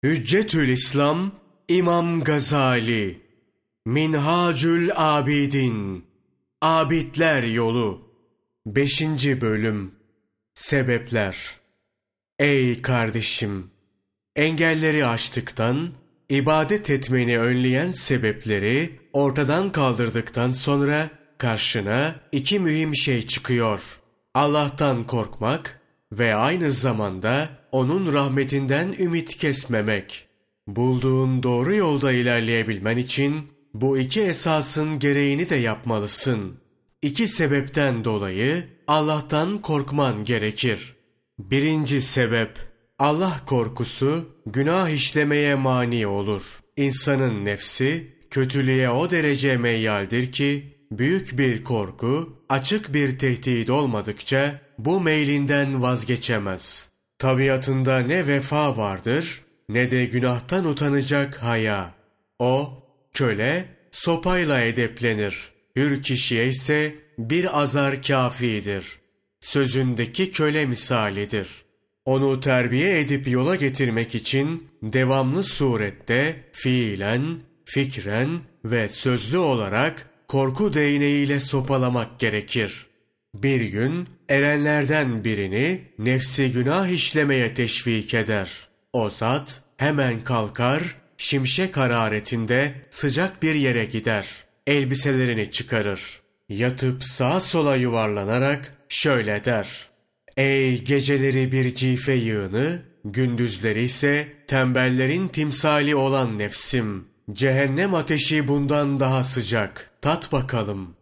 Hüccetül İslam İmam Gazali Minhacül Abidin Abidler Yolu 5. Bölüm Sebepler. Ey kardeşim! Engelleri aştıktan, ibadet etmeni önleyen sebepleri ortadan kaldırdıktan sonra karşına 2 mühim şey çıkıyor. Allah'tan korkmak ve aynı zamanda onun rahmetinden ümit kesmemek. Bulduğun doğru yolda ilerleyebilmen için bu 2 esasın gereğini de yapmalısın. 2 sebepten dolayı Allah'tan korkman gerekir. 1. sebep, Allah korkusu günah işlemeye mani olur. İnsanın nefsi kötülüğe o derece meyyaldir ki büyük bir korku, açık bir tehdit olmadıkça bu meylinden vazgeçemez. Tabiatında ne vefa vardır ne de günahtan utanacak haya. O, köle sopayla edeplenir. Hür kişiye ise bir azar kâfidir. Sözündeki köle misalidir. Onu terbiye edip yola getirmek için devamlı surette fiilen, fikren ve sözlü olarak korku değneğiyle sopalamak gerekir. Bir gün erenlerden birini nefsi günah işlemeye teşvik eder. O zat hemen kalkar, şimşek hararetinde sıcak bir yere gider. Elbiselerini çıkarır. Yatıp sağa sola yuvarlanarak şöyle der: Ey geceleri bir cife yığını, gündüzleri ise tembellerin timsali olan nefsim! Cehennem ateşi bundan daha sıcak. Tat bakalım.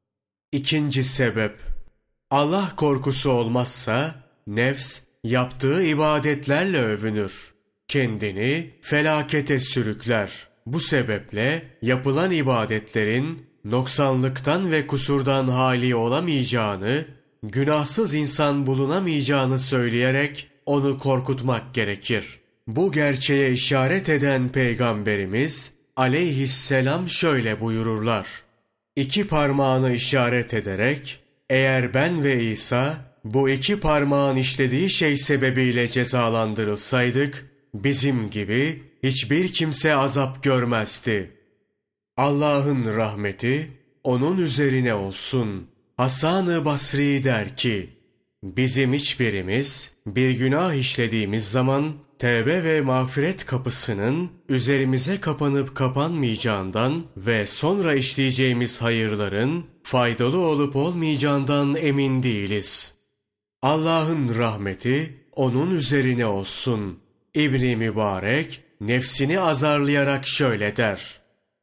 2. sebep, Allah korkusu olmazsa nefs yaptığı ibadetlerle övünür. Kendini felakete sürükler. Bu sebeple yapılan ibadetlerin noksanlıktan ve kusurdan hali olamayacağını, günahsız insan bulunamayacağını söyleyerek onu korkutmak gerekir. Bu gerçeğe işaret eden Peygamberimiz aleyhisselam şöyle buyururlar: 2 parmağını işaret ederek, eğer ben ve İsa bu 2 parmağın işlediği şey sebebiyle cezalandırılsaydık, bizim gibi hiçbir kimse azap görmezdi. Allah'ın rahmeti onun üzerine olsun. Hasan-ı Basri der ki, bizim hiçbirimiz bir günah işlediğimiz zaman tevbe ve mağfiret kapısının üzerimize kapanıp kapanmayacağından ve sonra işleyeceğimiz hayırların faydalı olup olmayacağından emin değiliz. Allah'ın rahmeti onun üzerine olsun. İbn-i Mübarek nefsini azarlayarak şöyle der: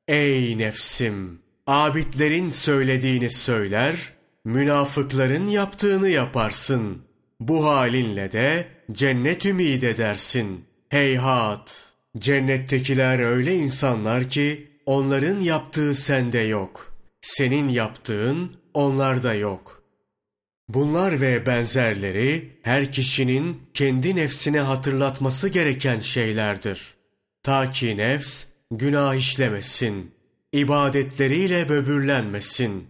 Ey nefsim! Abidlerin söylediğini söyler, münafıkların yaptığını yaparsın. Bu halinle de cennet ümid edersin. Heyhat! Cennettekiler öyle insanlar ki onların yaptığı sende yok. Senin yaptığın onlarda yok. Bunlar ve benzerleri her kişinin kendi nefsine hatırlatması gereken şeylerdir. Ta ki nefs günah işlemesin, ibadetleriyle böbürlenmesin.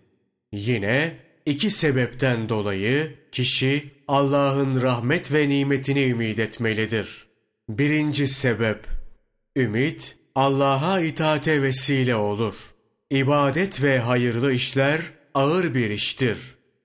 Yine 2 sebepten dolayı kişi Allah'ın rahmet ve nimetini ümid etmelidir. 1. sebep, ümit Allah'a itaate vesile olur. İbadet ve hayırlı işler ağır bir iştir.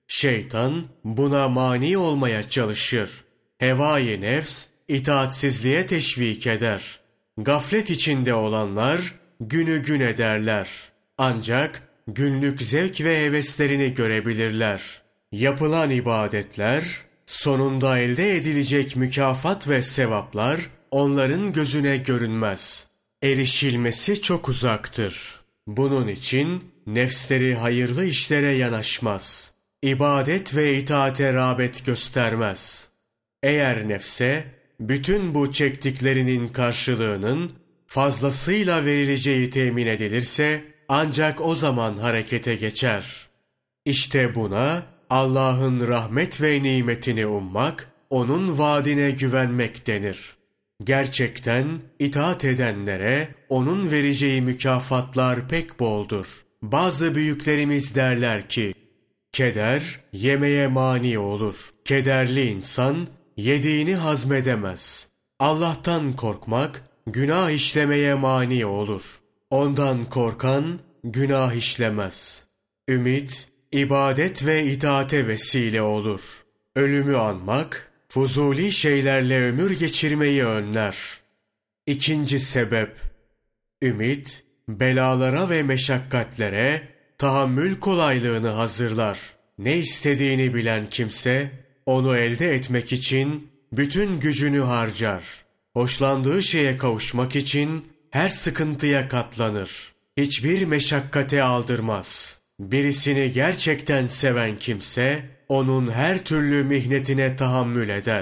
Şeytan buna mani olmaya çalışır. Hevai nefs itaatsizliğe teşvik eder. Gaflet içinde olanlar günü gün ederler. Ancak günlük zevk ve heveslerini görebilirler. Yapılan ibadetler, sonunda elde edilecek mükafat ve sevaplar onların gözüne görünmez. Erişilmesi çok uzaktır. Bunun için nefsleri hayırlı işlere yanaşmaz. İbadet ve itaate rağbet göstermez. Eğer nefse bütün bu çektiklerinin karşılığının fazlasıyla verileceği temin edilirse ancak o zaman harekete geçer. İşte buna Allah'ın rahmet ve nimetini ummak, onun vaadine güvenmek denir. Gerçekten itaat edenlere onun vereceği mükafatlar pek boldur. Bazı büyüklerimiz derler ki, keder yemeye mani olur. Kederli insan yediğini hazmedemez. Allah'tan korkmak günah işlemeye mani olur. Ondan korkan günah işlemez. Ümit, ibadet ve itaate vesile olur. Ölümü anmak, fuzuli şeylerle ömür geçirmeyi önler. İkinci sebep, ümit, belalara ve meşakkatlere tahammül kolaylığını hazırlar. Ne istediğini bilen kimse, onu elde etmek için bütün gücünü harcar. Hoşlandığı şeye kavuşmak için her sıkıntıya katlanır. Hiçbir meşakkate aldırmaz. Birisini gerçekten seven kimse, onun her türlü mihnetine tahammül eder.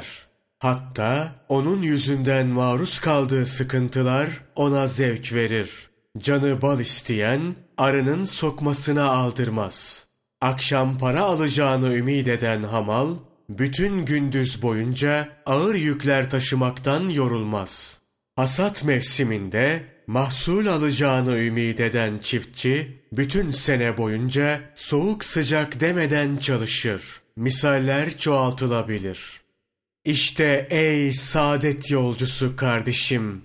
Hatta onun yüzünden maruz kaldığı sıkıntılar ona zevk verir. Canı bal isteyen, arının sokmasına aldırmaz. Akşam para alacağını ümit eden hamal, bütün gündüz boyunca ağır yükler taşımaktan yorulmaz. Hasat mevsiminde mahsul alacağını ümit eden çiftçi, bütün sene boyunca soğuk sıcak demeden çalışır. Misaller çoğaltılabilir. İşte ey saadet yolcusu kardeşim,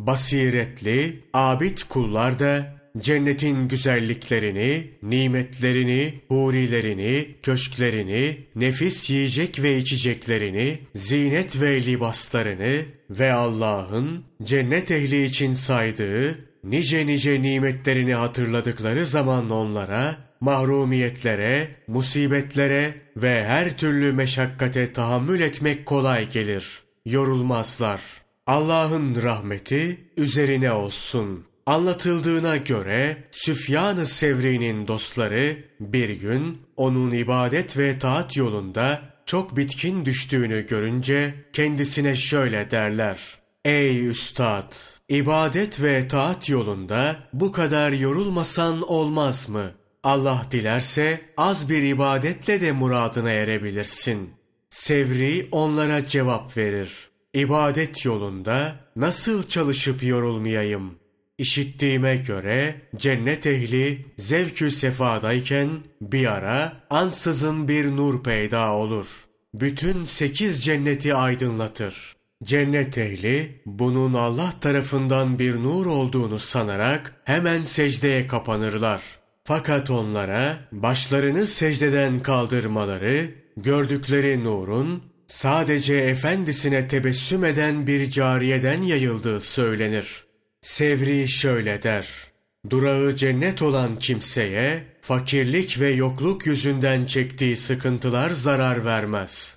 basiretli, abid kullar da cennetin güzelliklerini, nimetlerini, hurilerini, köşklerini, nefis yiyecek ve içeceklerini, zinet ve libaslarını ve Allah'ın cennet ehli için saydığı nice nice nimetlerini hatırladıkları zaman onlara, mahrumiyetlere, musibetlere ve her türlü meşakkate tahammül etmek kolay gelir. Yorulmazlar. Allah'ın rahmeti üzerine olsun. Anlatıldığına göre Süfyan-ı Sevri'nin dostları bir gün onun ibadet ve taat yolunda çok bitkin düştüğünü görünce kendisine şöyle derler: Ey üstad! İbadet ve taat yolunda bu kadar yorulmasan olmaz mı? Allah dilerse az bir ibadetle de muradına erebilirsin. Sevri onlara cevap verir: İbadet yolunda nasıl çalışıp yorulmayayım? İşittiğime göre cennet ehli zevk-ü sefadayken bir ara ansızın bir nur peyda olur. Bütün 8 cenneti aydınlatır. Cennet ehli bunun Allah tarafından bir nur olduğunu sanarak hemen secdeye kapanırlar. Fakat onlara başlarını secdeden kaldırmaları, gördükleri nurun sadece efendisine tebessüm eden bir cariyeden yayıldığı söylenir. Sevri şöyle der: Durağı cennet olan kimseye fakirlik ve yokluk yüzünden çektiği sıkıntılar zarar vermez.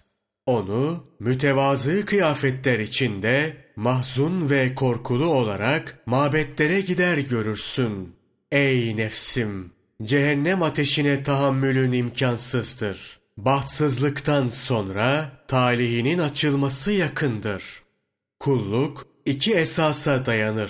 Onu mütevazı kıyafetler içinde mahzun ve korkulu olarak mabetlere gider görürsün. Ey nefsim! Cehennem ateşine tahammülün imkansızdır. Bahtsızlıktan sonra talihinin açılması yakındır. Kulluk 2 esasa dayanır.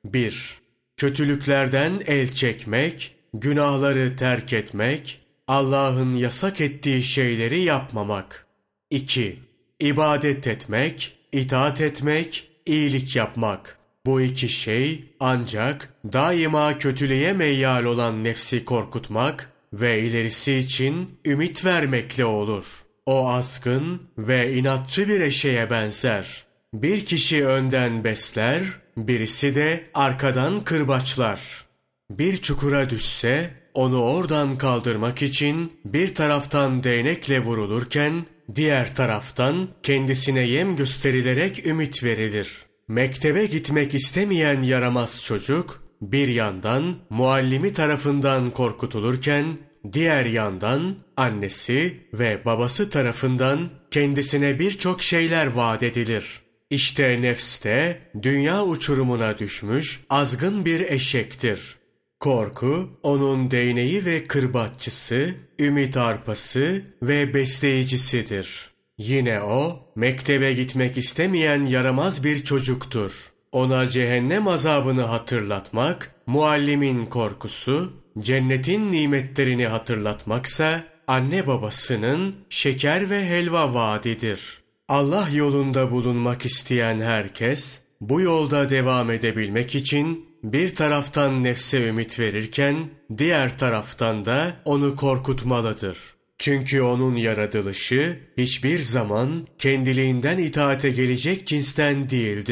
1. Kötülüklerden el çekmek, günahları terk etmek, Allah'ın yasak ettiği şeyleri yapmamak. 2. İbadet etmek, itaat etmek, iyilik yapmak. Bu 2 şey ancak daima kötülüğe meyyal olan nefsi korkutmak ve ilerisi için ümit vermekle olur. O azgın ve inatçı bir eşeğe benzer. Bir kişi önden besler, birisi de arkadan kırbaçlar. Bir çukura düşse, onu oradan kaldırmak için bir taraftan değnekle vurulurken, diğer taraftan kendisine yem gösterilerek ümit verilir. Mektebe gitmek istemeyen yaramaz çocuk, bir yandan muallimi tarafından korkutulurken, diğer yandan annesi ve babası tarafından kendisine birçok şeyler vaat edilir. İşte nefs de dünya uçurumuna düşmüş azgın bir eşektir. Korku onun değneği ve kırbaççısı, ümit arpası ve besleyicisidir. Yine o mektebe gitmek istemeyen yaramaz bir çocuktur. Ona cehennem azabını hatırlatmak, muallimin korkusu, cennetin nimetlerini hatırlatmaksa anne babasının şeker ve helva vaadidir. Allah yolunda bulunmak isteyen herkes, bu yolda devam edebilmek için bir taraftan nefse ümit verirken, diğer taraftan da onu korkutmalıdır. Çünkü onun yaratılışı hiçbir zaman kendiliğinden itaate gelecek cinsten değildir.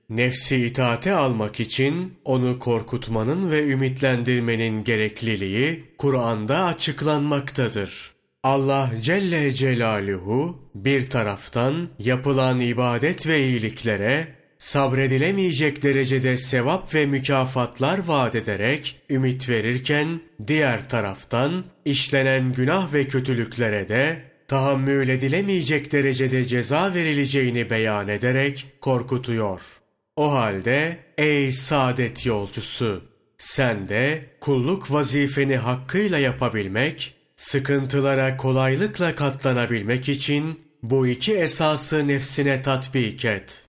Nefsi itaate almak için onu korkutmanın ve ümitlendirmenin gerekliliği Kur'an'da açıklanmaktadır. Allah Celle Celaluhu bir taraftan yapılan ibadet ve iyiliklere sabredilemeyecek derecede sevap ve mükafatlar vaat ederek ümit verirken, diğer taraftan işlenen günah ve kötülüklere de tahammül edilemeyecek derecede ceza verileceğini beyan ederek korkutuyor. O halde ey saadet yolcusu, sen de kulluk vazifeni hakkıyla yapabilmek, sıkıntılara kolaylıkla katlanabilmek için bu iki esası nefsine tatbik et.